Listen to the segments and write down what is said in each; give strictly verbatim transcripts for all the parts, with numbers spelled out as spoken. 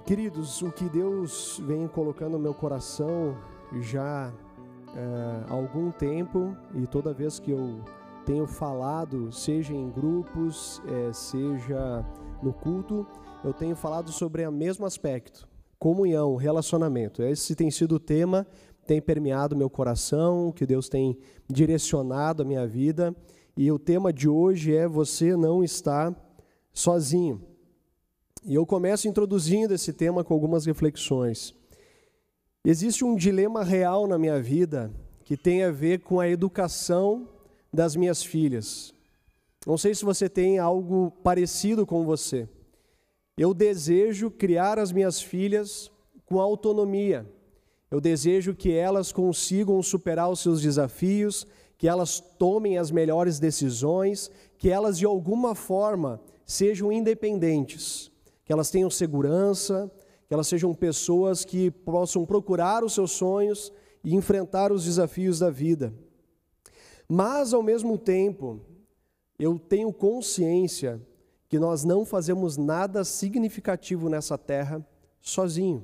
Queridos, o que Deus vem colocando no meu coração já é, há algum tempo, e toda vez que eu tenho falado, seja em grupos, é, seja no culto, eu tenho falado sobre o mesmo aspecto, comunhão, relacionamento. Esse tem sido o tema, tem permeado meu coração, que Deus tem direcionado a minha vida, e o tema de hoje é: você não está sozinho. E eu começo introduzindo esse tema com algumas reflexões. Existe um dilema real na minha vida que tem a ver com a educação das minhas filhas. Não sei se você tem algo parecido com você. Eu desejo criar as minhas filhas com autonomia. Eu desejo que elas consigam superar os seus desafios, que elas tomem as melhores decisões, que elas de alguma forma sejam independentes, que elas tenham segurança, que elas sejam pessoas que possam procurar os seus sonhos e enfrentar os desafios da vida. Mas, ao mesmo tempo, eu tenho consciência que nós não fazemos nada significativo nessa terra sozinho.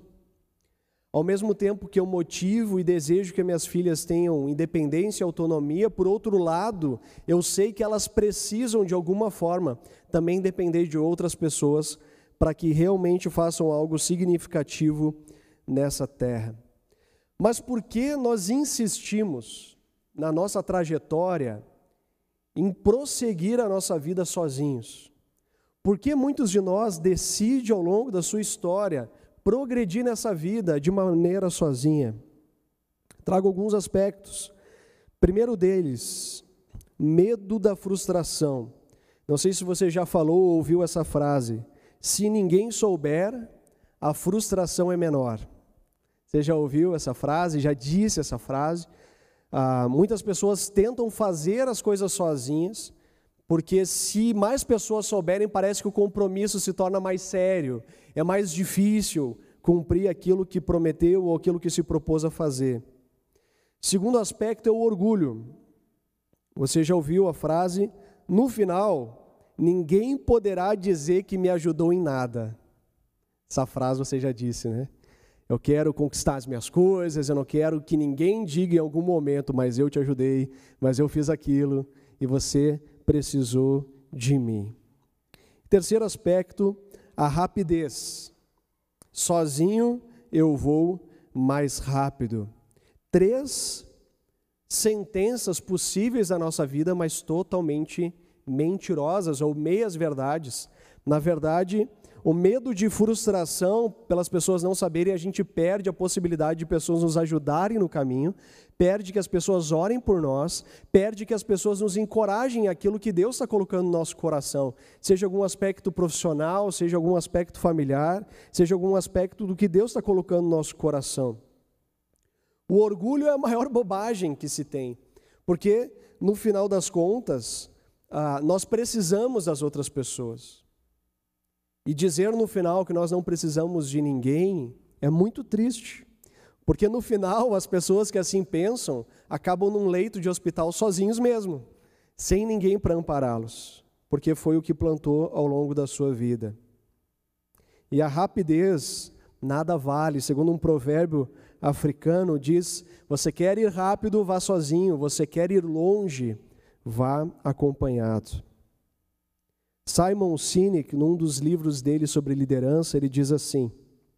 Ao mesmo tempo que eu motivo e desejo que minhas filhas tenham independência e autonomia, por outro lado, eu sei que elas precisam, de alguma forma, também depender de outras pessoas para que realmente façam algo significativo nessa terra. Mas por que nós insistimos na nossa trajetória em prosseguir a nossa vida sozinhos? Por que muitos de nós decidem ao longo da sua história progredir nessa vida de maneira sozinha? Trago alguns aspectos. Primeiro deles, medo da frustração. Não sei se você já falou ou ouviu essa frase: se ninguém souber, a frustração é menor. Você já ouviu essa frase? Já disse essa frase? Ah, muitas pessoas tentam fazer as coisas sozinhas, porque se mais pessoas souberem, parece que o compromisso se torna mais sério, é mais difícil cumprir aquilo que prometeu ou aquilo que se propôs a fazer. Segundo aspecto é o orgulho. Você já ouviu a frase: no final, ninguém poderá dizer que me ajudou em nada. Essa frase você já disse, né? Eu quero conquistar as minhas coisas, eu não quero que ninguém diga em algum momento: mas eu te ajudei, mas eu fiz aquilo, e você precisou de mim. Terceiro aspecto, a rapidez. Sozinho eu vou mais rápido. Três sentenças possíveis na nossa vida, mas totalmente mentirosas ou meias verdades. Na verdade, o medo de frustração pelas pessoas não saberem, a gente perde a possibilidade de pessoas nos ajudarem no caminho, perde que as pessoas orem por nós, perde que as pessoas nos encorajem aquilo que Deus está colocando no nosso coração, seja algum aspecto profissional, seja algum aspecto familiar, seja algum aspecto do que Deus está colocando no nosso coração. O orgulho é a maior bobagem que se tem, porque no final das contas, ah, nós precisamos das outras pessoas. E dizer no final que nós não precisamos de ninguém é muito triste, porque no final as pessoas que assim pensam acabam num leito de hospital sozinhos mesmo, sem ninguém para ampará-los, porque foi o que plantou ao longo da sua vida. E a rapidez nada vale, segundo um provérbio africano diz: você quer ir rápido, vá sozinho, você quer ir longe, vá acompanhado. Simon Sinek, num dos livros dele sobre liderança, ele diz assim: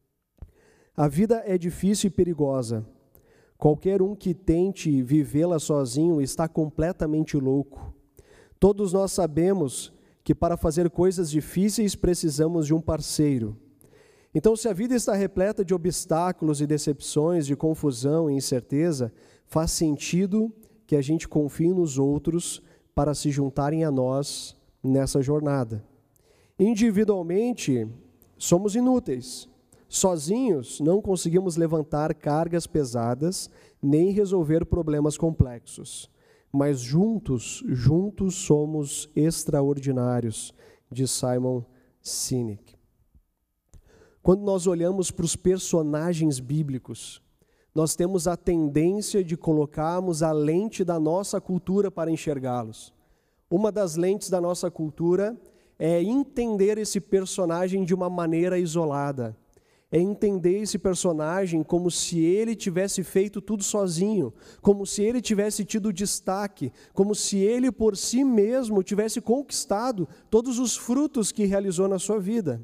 a vida é difícil e perigosa. Qualquer um que tente vivê-la sozinho está completamente louco. Todos nós sabemos que para fazer coisas difíceis precisamos de um parceiro. Então, se a vida está repleta de obstáculos e decepções, de confusão e incerteza, faz sentido que a gente confie nos outros para se juntarem a nós nessa jornada. Individualmente, somos inúteis. Sozinhos, não conseguimos levantar cargas pesadas, nem resolver problemas complexos. Mas juntos, juntos somos extraordinários, diz Simon Sinek. Quando nós olhamos para os personagens bíblicos, nós temos a tendência de colocarmos a lente da nossa cultura para enxergá-los. Uma das lentes da nossa cultura é entender esse personagem de uma maneira isolada. é entender esse personagem como se ele tivesse feito tudo sozinho, como se ele tivesse tido destaque, como se ele por si mesmo tivesse conquistado todos os frutos que realizou na sua vida.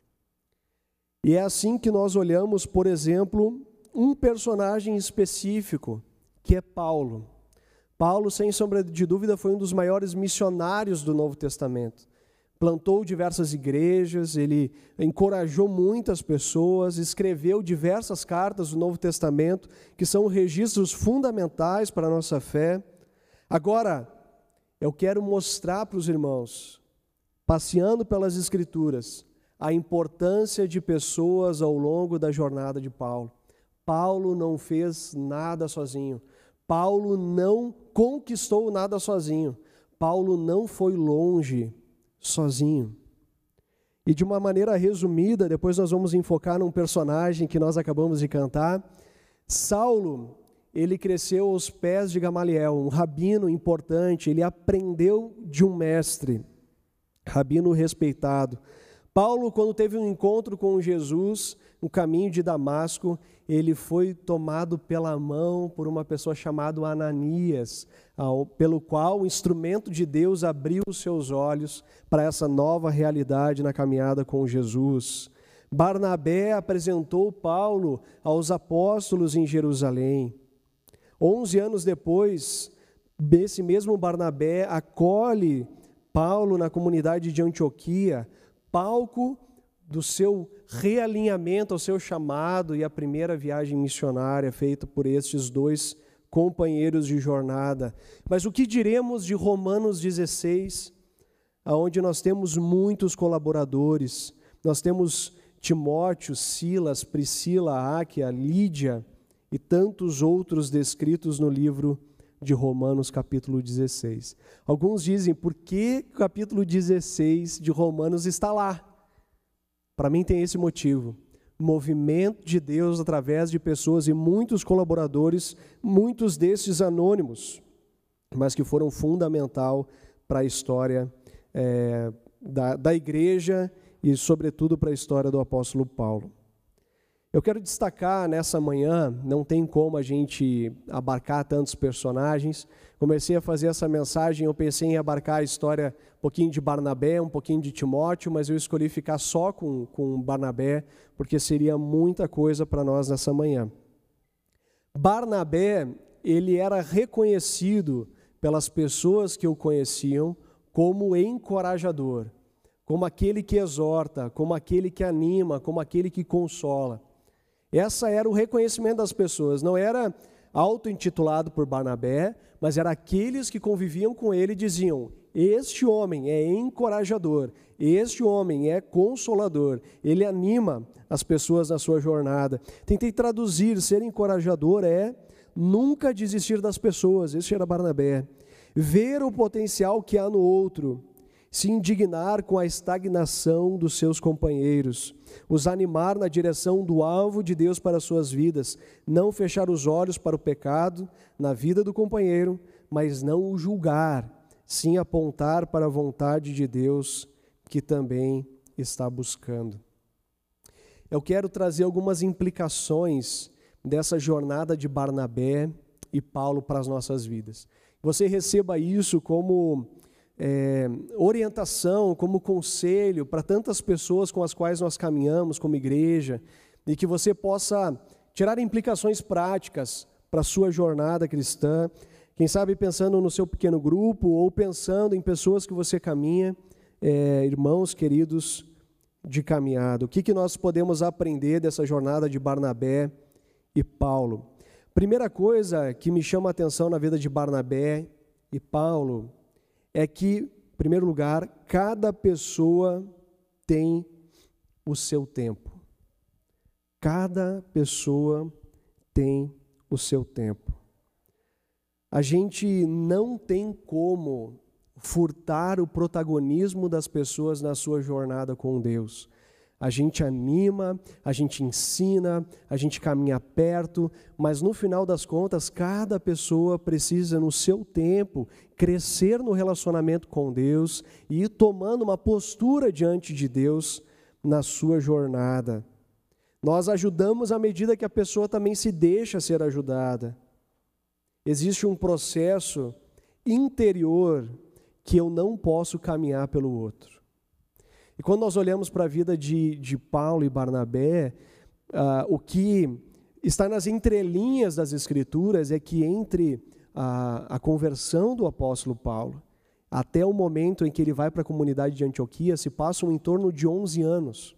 E é assim que nós olhamos, por exemplo, um personagem específico, que é Paulo. Paulo, sem sombra de dúvida, foi um dos maiores missionários do Novo Testamento. Plantou diversas igrejas, ele encorajou muitas pessoas, escreveu diversas cartas do Novo Testamento, que são registros fundamentais para a nossa fé. Agora, eu quero mostrar para os irmãos, passeando pelas Escrituras, a importância de pessoas ao longo da jornada de Paulo. Paulo não fez nada sozinho. Paulo não conquistou nada sozinho. Paulo não foi longe sozinho. E de uma maneira resumida, depois nós vamos enfocar num personagem que nós acabamos de cantar. Saulo, ele cresceu aos pés de Gamaliel, um rabino importante, ele aprendeu de um mestre, rabino respeitado. Paulo, quando teve um encontro com Jesus, no caminho de Damasco, ele foi tomado pela mão por uma pessoa chamada Ananias, pelo qual o instrumento de Deus abriu os seus olhos para essa nova realidade na caminhada com Jesus. Barnabé apresentou Paulo aos apóstolos em Jerusalém. Onze anos depois, esse mesmo Barnabé acolhe Paulo na comunidade de Antioquia, palco do seu realinhamento ao seu chamado e a primeira viagem missionária feita por estes dois companheiros de jornada. Mas o que diremos de Romanos dezesseis, onde nós temos muitos colaboradores, nós temos Timóteo, Silas, Priscila, Áquia, Lídia e tantos outros descritos no livro de Romanos capítulo dezesseis. Alguns dizem, por que o capítulo dezesseis de Romanos está lá? Para mim tem esse motivo. Movimento de Deus através de pessoas e muitos colaboradores, muitos desses anônimos, mas que foram fundamental para a história é, da, da igreja e, sobretudo, para a história do apóstolo Paulo. Eu quero destacar nessa manhã, não tem como a gente abarcar tantos personagens. Comecei a fazer essa mensagem, eu pensei em abarcar a história um pouquinho de Barnabé, um pouquinho de Timóteo, mas eu escolhi ficar só com, com Barnabé, porque seria muita coisa para nós nessa manhã. Barnabé, ele era reconhecido pelas pessoas que o conheciam como encorajador, como aquele que exorta, como aquele que anima, como aquele que consola. Essa era o reconhecimento das pessoas, não era auto-intitulado por Barnabé, mas era aqueles que conviviam com ele e diziam, este homem é encorajador, este homem é consolador, ele anima as pessoas na sua jornada. Tentei traduzir, ser encorajador é nunca desistir das pessoas, esse era Barnabé. Ver o potencial que há no outro, se indignar com a estagnação dos seus companheiros, os animar na direção do alvo de Deus para as suas vidas, não fechar os olhos para o pecado na vida do companheiro, mas não o julgar, sim apontar para a vontade de Deus que também está buscando. Eu quero trazer algumas implicações dessa jornada de Barnabé e Paulo para as nossas vidas. Você receba isso como É, orientação, como conselho para tantas pessoas com as quais nós caminhamos como igreja, e que você possa tirar implicações práticas para a sua jornada cristã, quem sabe pensando no seu pequeno grupo ou pensando em pessoas que você caminha, é, irmãos queridos de caminhada. O que, que nós podemos aprender dessa jornada de Barnabé e Paulo? Primeira coisa que me chama a atenção na vida de Barnabé e Paulo é que, em primeiro lugar, cada pessoa tem o seu tempo. Cada pessoa tem o seu tempo. A gente não tem como furtar o protagonismo das pessoas na sua jornada com Deus. A gente anima, a gente ensina, a gente caminha perto, mas no final das contas, cada pessoa precisa, no seu tempo, crescer no relacionamento com Deus e ir tomando uma postura diante de Deus na sua jornada. Nós ajudamos à medida que a pessoa também se deixa ser ajudada. Existe um processo interior que eu não posso caminhar pelo outro. E quando nós olhamos para a vida de, de Paulo e Barnabé, uh, o que está nas entrelinhas das Escrituras é que entre a, a conversão do apóstolo Paulo até o momento em que ele vai para a comunidade de Antioquia, se passam em torno de onze anos.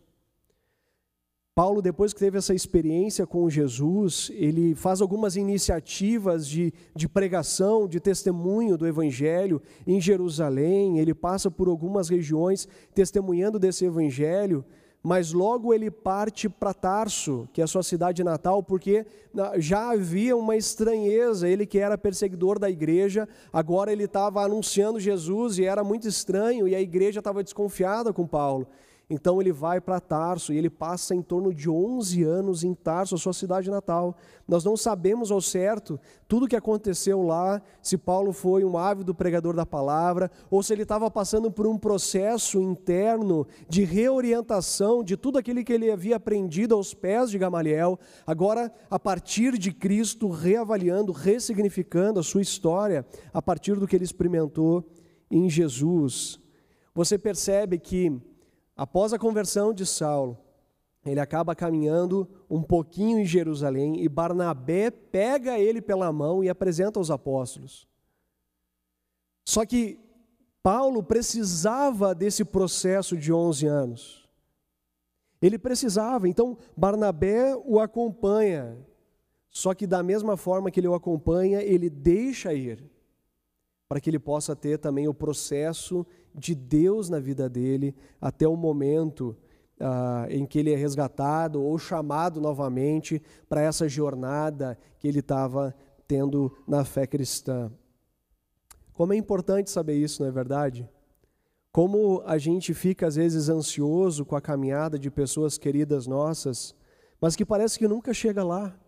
Paulo, depois que teve essa experiência com Jesus, ele faz algumas iniciativas de, de pregação, de testemunho do Evangelho em Jerusalém, ele passa por algumas regiões testemunhando desse Evangelho, mas logo ele parte para Tarso, que é a sua cidade natal, porque já havia uma estranheza, ele que era perseguidor da igreja, agora ele estava anunciando Jesus e era muito estranho, e a igreja estava desconfiada com Paulo. Então ele vai para Tarso e ele passa em torno de onze anos em Tarso, a sua cidade natal. Nós não sabemos ao certo tudo o que aconteceu lá, se Paulo foi um ávido pregador da palavra, ou se ele estava passando por um processo interno de reorientação de tudo aquilo que ele havia aprendido aos pés de Gamaliel, agora a partir de Cristo, reavaliando, ressignificando a sua história, a partir do que ele experimentou em Jesus. Você percebe que após a conversão de Saulo, ele acaba caminhando um pouquinho em Jerusalém e Barnabé pega ele pela mão e apresenta aos apóstolos. Só que Paulo precisava desse processo de onze anos. Ele precisava, então Barnabé o acompanha, só que da mesma forma que ele o acompanha, ele deixa ir, para que ele possa ter também o processo de Deus na vida dele, até o momento ah, em que ele é resgatado ou chamado novamente para essa jornada que ele estava tendo na fé cristã. Como é importante saber isso, não é verdade? Como a gente fica às vezes ansioso com a caminhada de pessoas queridas nossas, mas que parece que nunca chega lá.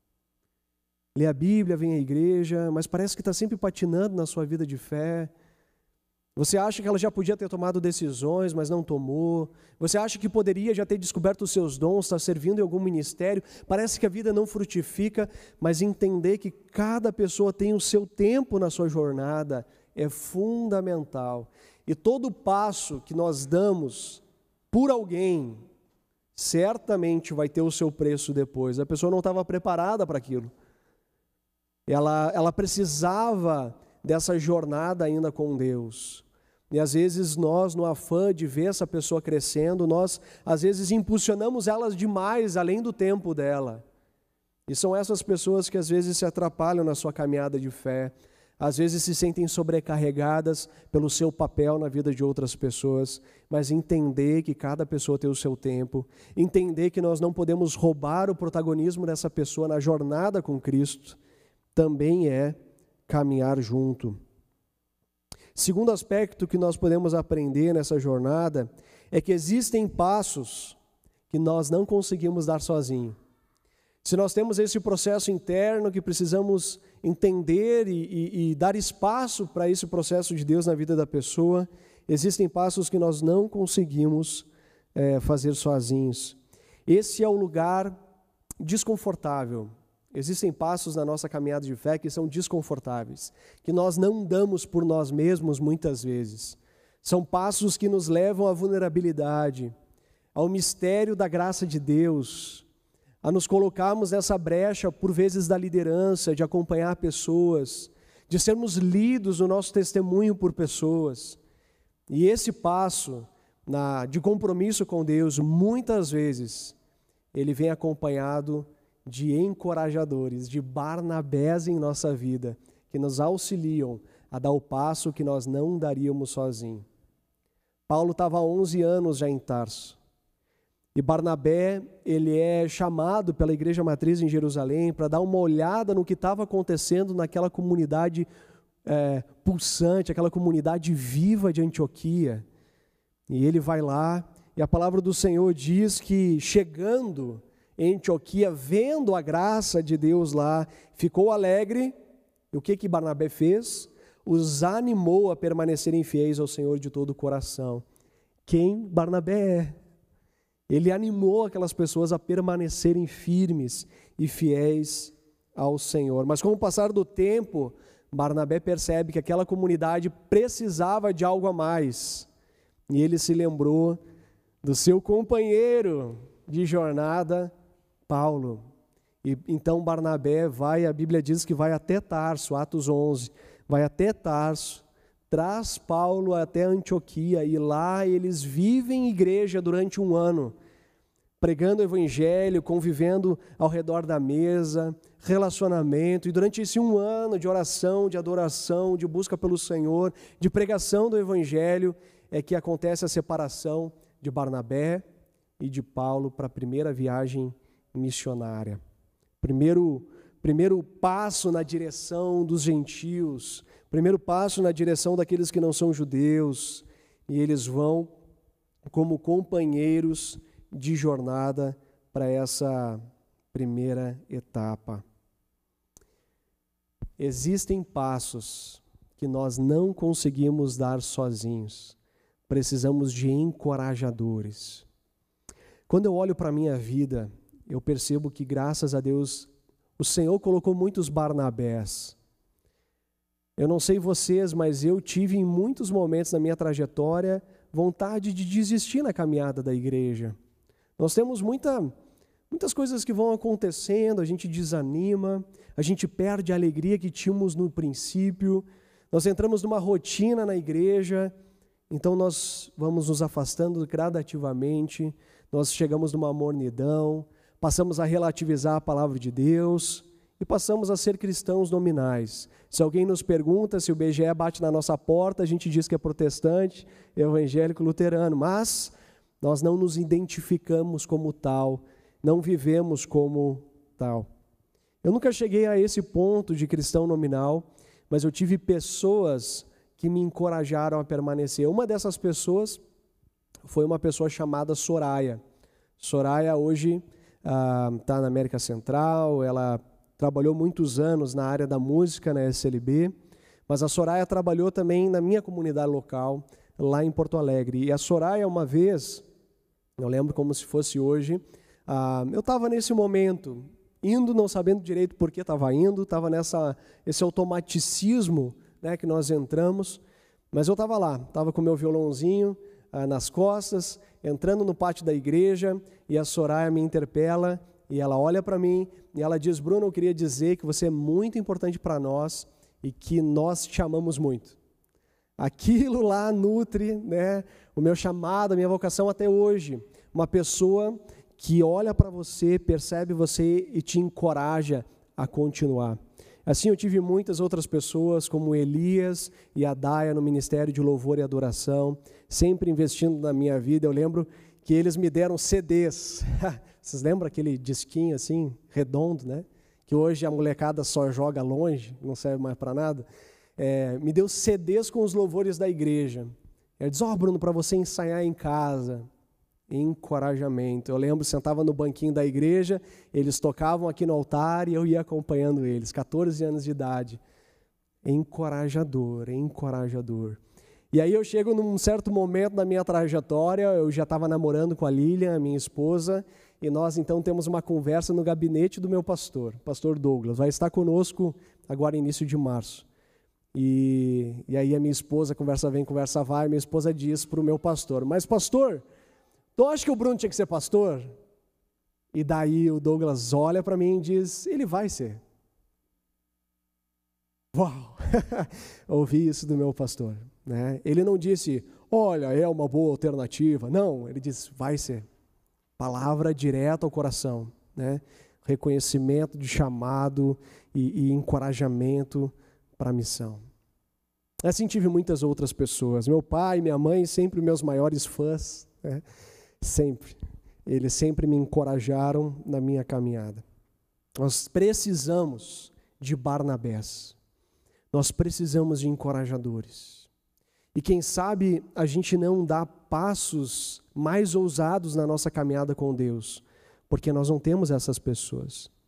Lê a Bíblia, vem à igreja, mas parece que está sempre patinando na sua vida de fé. Você acha que ela já podia ter tomado decisões, mas não tomou. Você acha que poderia já ter descoberto os seus dons, estar servindo em algum ministério. Parece que a vida não frutifica, mas entender que cada pessoa tem o seu tempo na sua jornada é fundamental. E todo passo que nós damos por alguém, certamente vai ter o seu preço depois. A pessoa não estava preparada para aquilo. Ela, ela precisava dessa jornada ainda com Deus. E às vezes nós, no afã de ver essa pessoa crescendo, nós às vezes impulsionamos elas demais, além do tempo dela. E são essas pessoas que às vezes se atrapalham na sua caminhada de fé, às vezes se sentem sobrecarregadas pelo seu papel na vida de outras pessoas, mas entender que cada pessoa tem o seu tempo, entender que nós não podemos roubar o protagonismo dessa pessoa na jornada com Cristo, também é caminhar junto. Segundo aspecto que nós podemos aprender nessa jornada é que existem passos que nós não conseguimos dar sozinhos. Se nós temos esse processo interno que precisamos entender e, e, e dar espaço para esse processo de Deus na vida da pessoa, existem passos que nós não conseguimos é, fazer sozinhos. Esse é o lugar desconfortável. Existem passos na nossa caminhada de fé que são desconfortáveis, que nós não damos por nós mesmos muitas vezes. São passos que nos levam à vulnerabilidade, ao mistério da graça de Deus, a nos colocarmos nessa brecha, por vezes, da liderança, de acompanhar pessoas, de sermos lidos no nosso testemunho por pessoas. E esse passo na, de compromisso com Deus, muitas vezes, ele vem acompanhado de encorajadores, de Barnabés em nossa vida, que nos auxiliam a dar o passo que nós não daríamos sozinhos. Paulo estava há onze anos já em Tarso, e Barnabé, ele é chamado pela igreja matriz em Jerusalém para dar uma olhada no que estava acontecendo naquela comunidade é, pulsante, aquela comunidade viva de Antioquia. E ele vai lá, e a palavra do Senhor diz que, chegando em Antioquia, vendo a graça de Deus lá, ficou alegre. E o que que Barnabé fez? Os animou a permanecerem fiéis ao Senhor de todo o coração. Quem Barnabé é? Ele animou aquelas pessoas a permanecerem firmes e fiéis ao Senhor. Mas com o passar do tempo, Barnabé percebe que aquela comunidade precisava de algo a mais. E ele se lembrou do seu companheiro de jornada, Paulo. E então Barnabé vai, a Bíblia diz que vai até Tarso, Atos onze, vai até Tarso, traz Paulo até Antioquia, e lá eles vivem igreja durante um ano, pregando o evangelho, convivendo ao redor da mesa, relacionamento, e durante esse um ano de oração, de adoração, de busca pelo Senhor, de pregação do evangelho, é que acontece a separação de Barnabé e de Paulo para a primeira viagem missionária. Primeiro, primeiro passo na direção dos gentios, primeiro passo na direção daqueles que não são judeus, e eles vão como companheiros de jornada para essa primeira etapa. Existem passos que nós não conseguimos dar sozinhos, precisamos de encorajadores. Quando eu olho para a minha vida, eu percebo que, graças a Deus, o Senhor colocou muitos Barnabés. Eu não sei vocês, mas eu tive em muitos momentos na minha trajetória vontade de desistir na caminhada da igreja. Nós temos muita, muitas coisas que vão acontecendo, a gente desanima, a gente perde a alegria que tínhamos no princípio, nós entramos numa rotina na igreja, então nós vamos nos afastando gradativamente, nós chegamos numa mornidão, passamos a relativizar a palavra de Deus e passamos a ser cristãos nominais. Se alguém nos pergunta se o B G E bate na nossa porta, a gente diz que é protestante, evangélico, luterano, mas nós não nos identificamos como tal, não vivemos como tal. Eu nunca cheguei a esse ponto de cristão nominal, mas eu tive pessoas que me encorajaram a permanecer. Uma dessas pessoas foi uma pessoa chamada Soraya. Soraya hoje está ah, na América Central, ela trabalhou muitos anos na área da música, na S L B, mas a Soraya trabalhou também na minha comunidade local, lá em Porto Alegre. E a Soraya, uma vez, eu lembro como se fosse hoje, ah, eu estava nesse momento, indo, não sabendo direito por que estava indo, estava nessa esse automaticismo, né, que nós entramos, mas eu estava lá, estava com meu violãozinho ah, nas costas, entrando no pátio da igreja, e a Soraya me interpela, e ela olha para mim, e ela diz: Bruno, eu queria dizer que você é muito importante para nós, e que nós te amamos muito. Aquilo lá nutre, né, o meu chamado, a minha vocação até hoje. Uma pessoa que olha para você, percebe você e te encoraja a continuar. Assim eu tive muitas outras pessoas, como Elias e a Daia no Ministério de Louvor e Adoração, sempre investindo na minha vida. Eu lembro que eles me deram C Ds. Vocês lembram aquele disquinho assim, redondo, né? Que hoje a molecada só joga longe, não serve mais para nada. É, me deu C Ds com os louvores da igreja. Ele disse: ó, oh, Bruno, para você ensaiar em casa. Encorajamento. Eu lembro, sentava no banquinho da igreja, eles tocavam aqui no altar e eu ia acompanhando eles, catorze anos de idade. Encorajador, encorajador. E aí eu chego num certo momento da minha trajetória, eu já estava namorando com a Lilian, a minha esposa, e nós então temos uma conversa no gabinete do meu pastor, pastor Douglas, vai estar conosco agora início de março. E, e aí a minha esposa, conversa vem, conversa vai, minha esposa diz para o meu pastor: mas pastor, tu acha que o Bruno tinha que ser pastor? E daí o Douglas olha para mim e diz: ele vai ser. Uau! Ouvi isso do meu pastor. Né? Ele não disse: olha, é uma boa alternativa. Não, ele disse: vai ser. Palavra direta ao coração. Né? Reconhecimento de chamado e, e encorajamento para a missão. Assim tive muitas outras pessoas. Meu pai, minha mãe, sempre meus maiores fãs. Né? Sempre. Eles sempre me encorajaram na minha caminhada. Nós precisamos de Barnabés. Nós precisamos de encorajadores. E quem sabe a gente não dá passos mais ousados na nossa caminhada com Deus, porque nós não temos essas pessoas.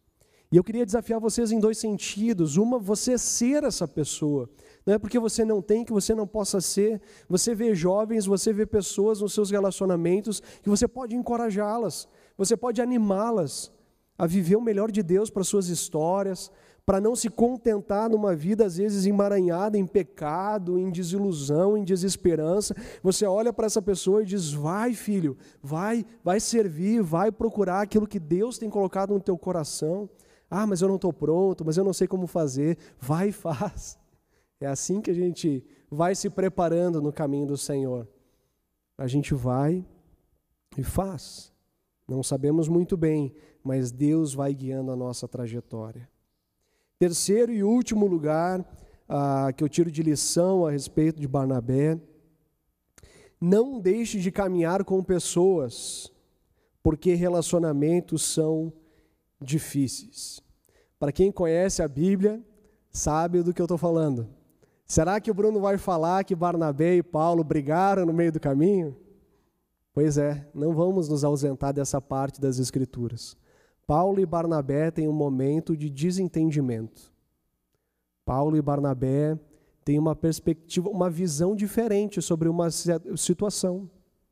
E eu queria desafiar vocês em dois sentidos. Uma, você ser essa pessoa. Não é porque você não tem que você não possa ser. Você vê jovens, você vê pessoas nos seus relacionamentos que você pode encorajá-las, você pode animá-las a viver o melhor de Deus para suas histórias, para não se contentar numa vida às vezes emaranhada em pecado, em desilusão, em desesperança. Você olha para essa pessoa e diz: vai, filho, vai, vai servir, vai procurar aquilo que Deus tem colocado no teu coração. Ah, mas eu não estou pronto, mas eu não sei como fazer. Vai e faz. É assim que a gente vai se preparando no caminho do Senhor. A gente vai e faz. Não sabemos muito bem, mas Deus vai guiando a nossa trajetória. Terceiro e último lugar ah, que eu tiro de lição a respeito de Barnabé: não deixe de caminhar com pessoas, porque relacionamentos são difíceis. Para quem conhece a Bíblia, sabe do que eu estou falando. Será que o Bruno vai falar que Barnabé e Paulo brigaram no meio do caminho? Pois é, não vamos nos ausentar dessa parte das Escrituras. Paulo e Barnabé têm um momento de desentendimento. Paulo e Barnabé têm uma perspectiva, uma visão diferente sobre uma situação.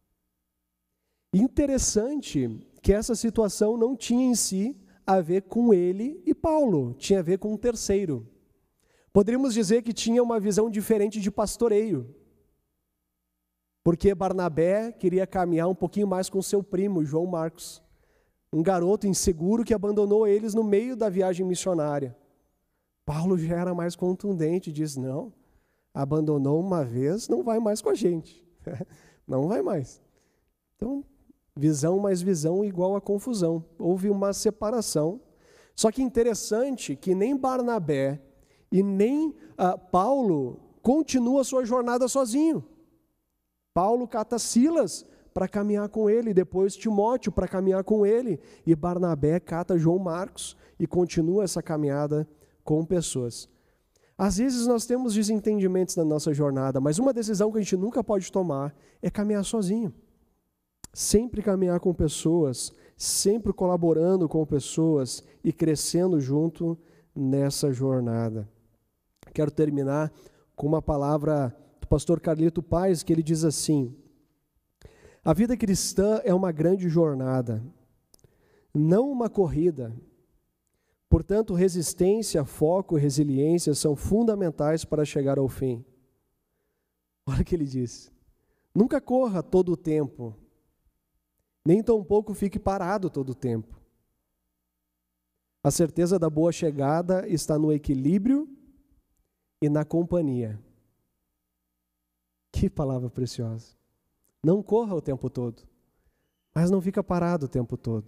Interessante que essa situação não tinha em si a ver com ele e Paulo, tinha a ver com um terceiro. Poderíamos dizer que tinha uma visão diferente de pastoreio, porque Barnabé queria caminhar um pouquinho mais com seu primo, João Marcos, um garoto inseguro que abandonou eles no meio da viagem missionária. Paulo já era mais contundente, diz: não, abandonou uma vez, não vai mais com a gente, não vai mais. Então, visão mais visão igual a confusão, houve uma separação. Só que interessante que nem Barnabé e nem uh, Paulo continuam a sua jornada sozinho. Paulo cata Silas para caminhar com ele, depois Timóteo para caminhar com ele, e Barnabé cata João Marcos e continua essa caminhada com pessoas. Às vezes nós temos desentendimentos na nossa jornada, mas uma decisão que a gente nunca pode tomar é caminhar sozinho. Sempre caminhar com pessoas, sempre colaborando com pessoas e crescendo junto nessa jornada. Quero terminar com uma palavra do pastor Carlito Paes, que ele diz assim: a vida cristã é uma grande jornada, não uma corrida. Portanto, resistência, foco e resiliência são fundamentais para chegar ao fim. Olha o que ele diz: nunca corra todo o tempo, nem tampouco fique parado todo o tempo. A certeza da boa chegada está no equilíbrio e na companhia. Que palavra preciosa. Não corra o tempo todo, mas não fica parado o tempo todo.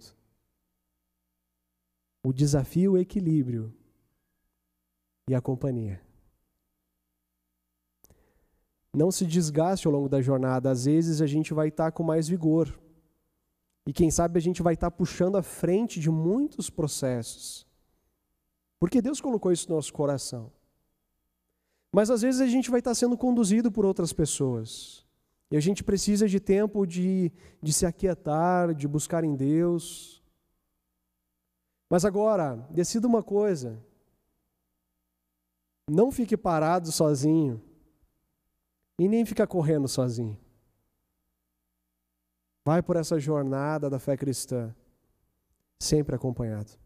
O desafio, o equilíbrio e a companhia. Não se desgaste ao longo da jornada. Às vezes a gente vai estar com mais vigor. E quem sabe a gente vai estar puxando à frente de muitos processos. Porque Deus colocou isso no nosso coração. Mas às vezes a gente vai estar sendo conduzido por outras pessoas. E a gente precisa de tempo de, de se aquietar, de buscar em Deus. Mas agora, decida uma coisa. Não fique parado sozinho. E nem fica correndo sozinho. Vai por essa jornada da fé cristã, sempre acompanhado.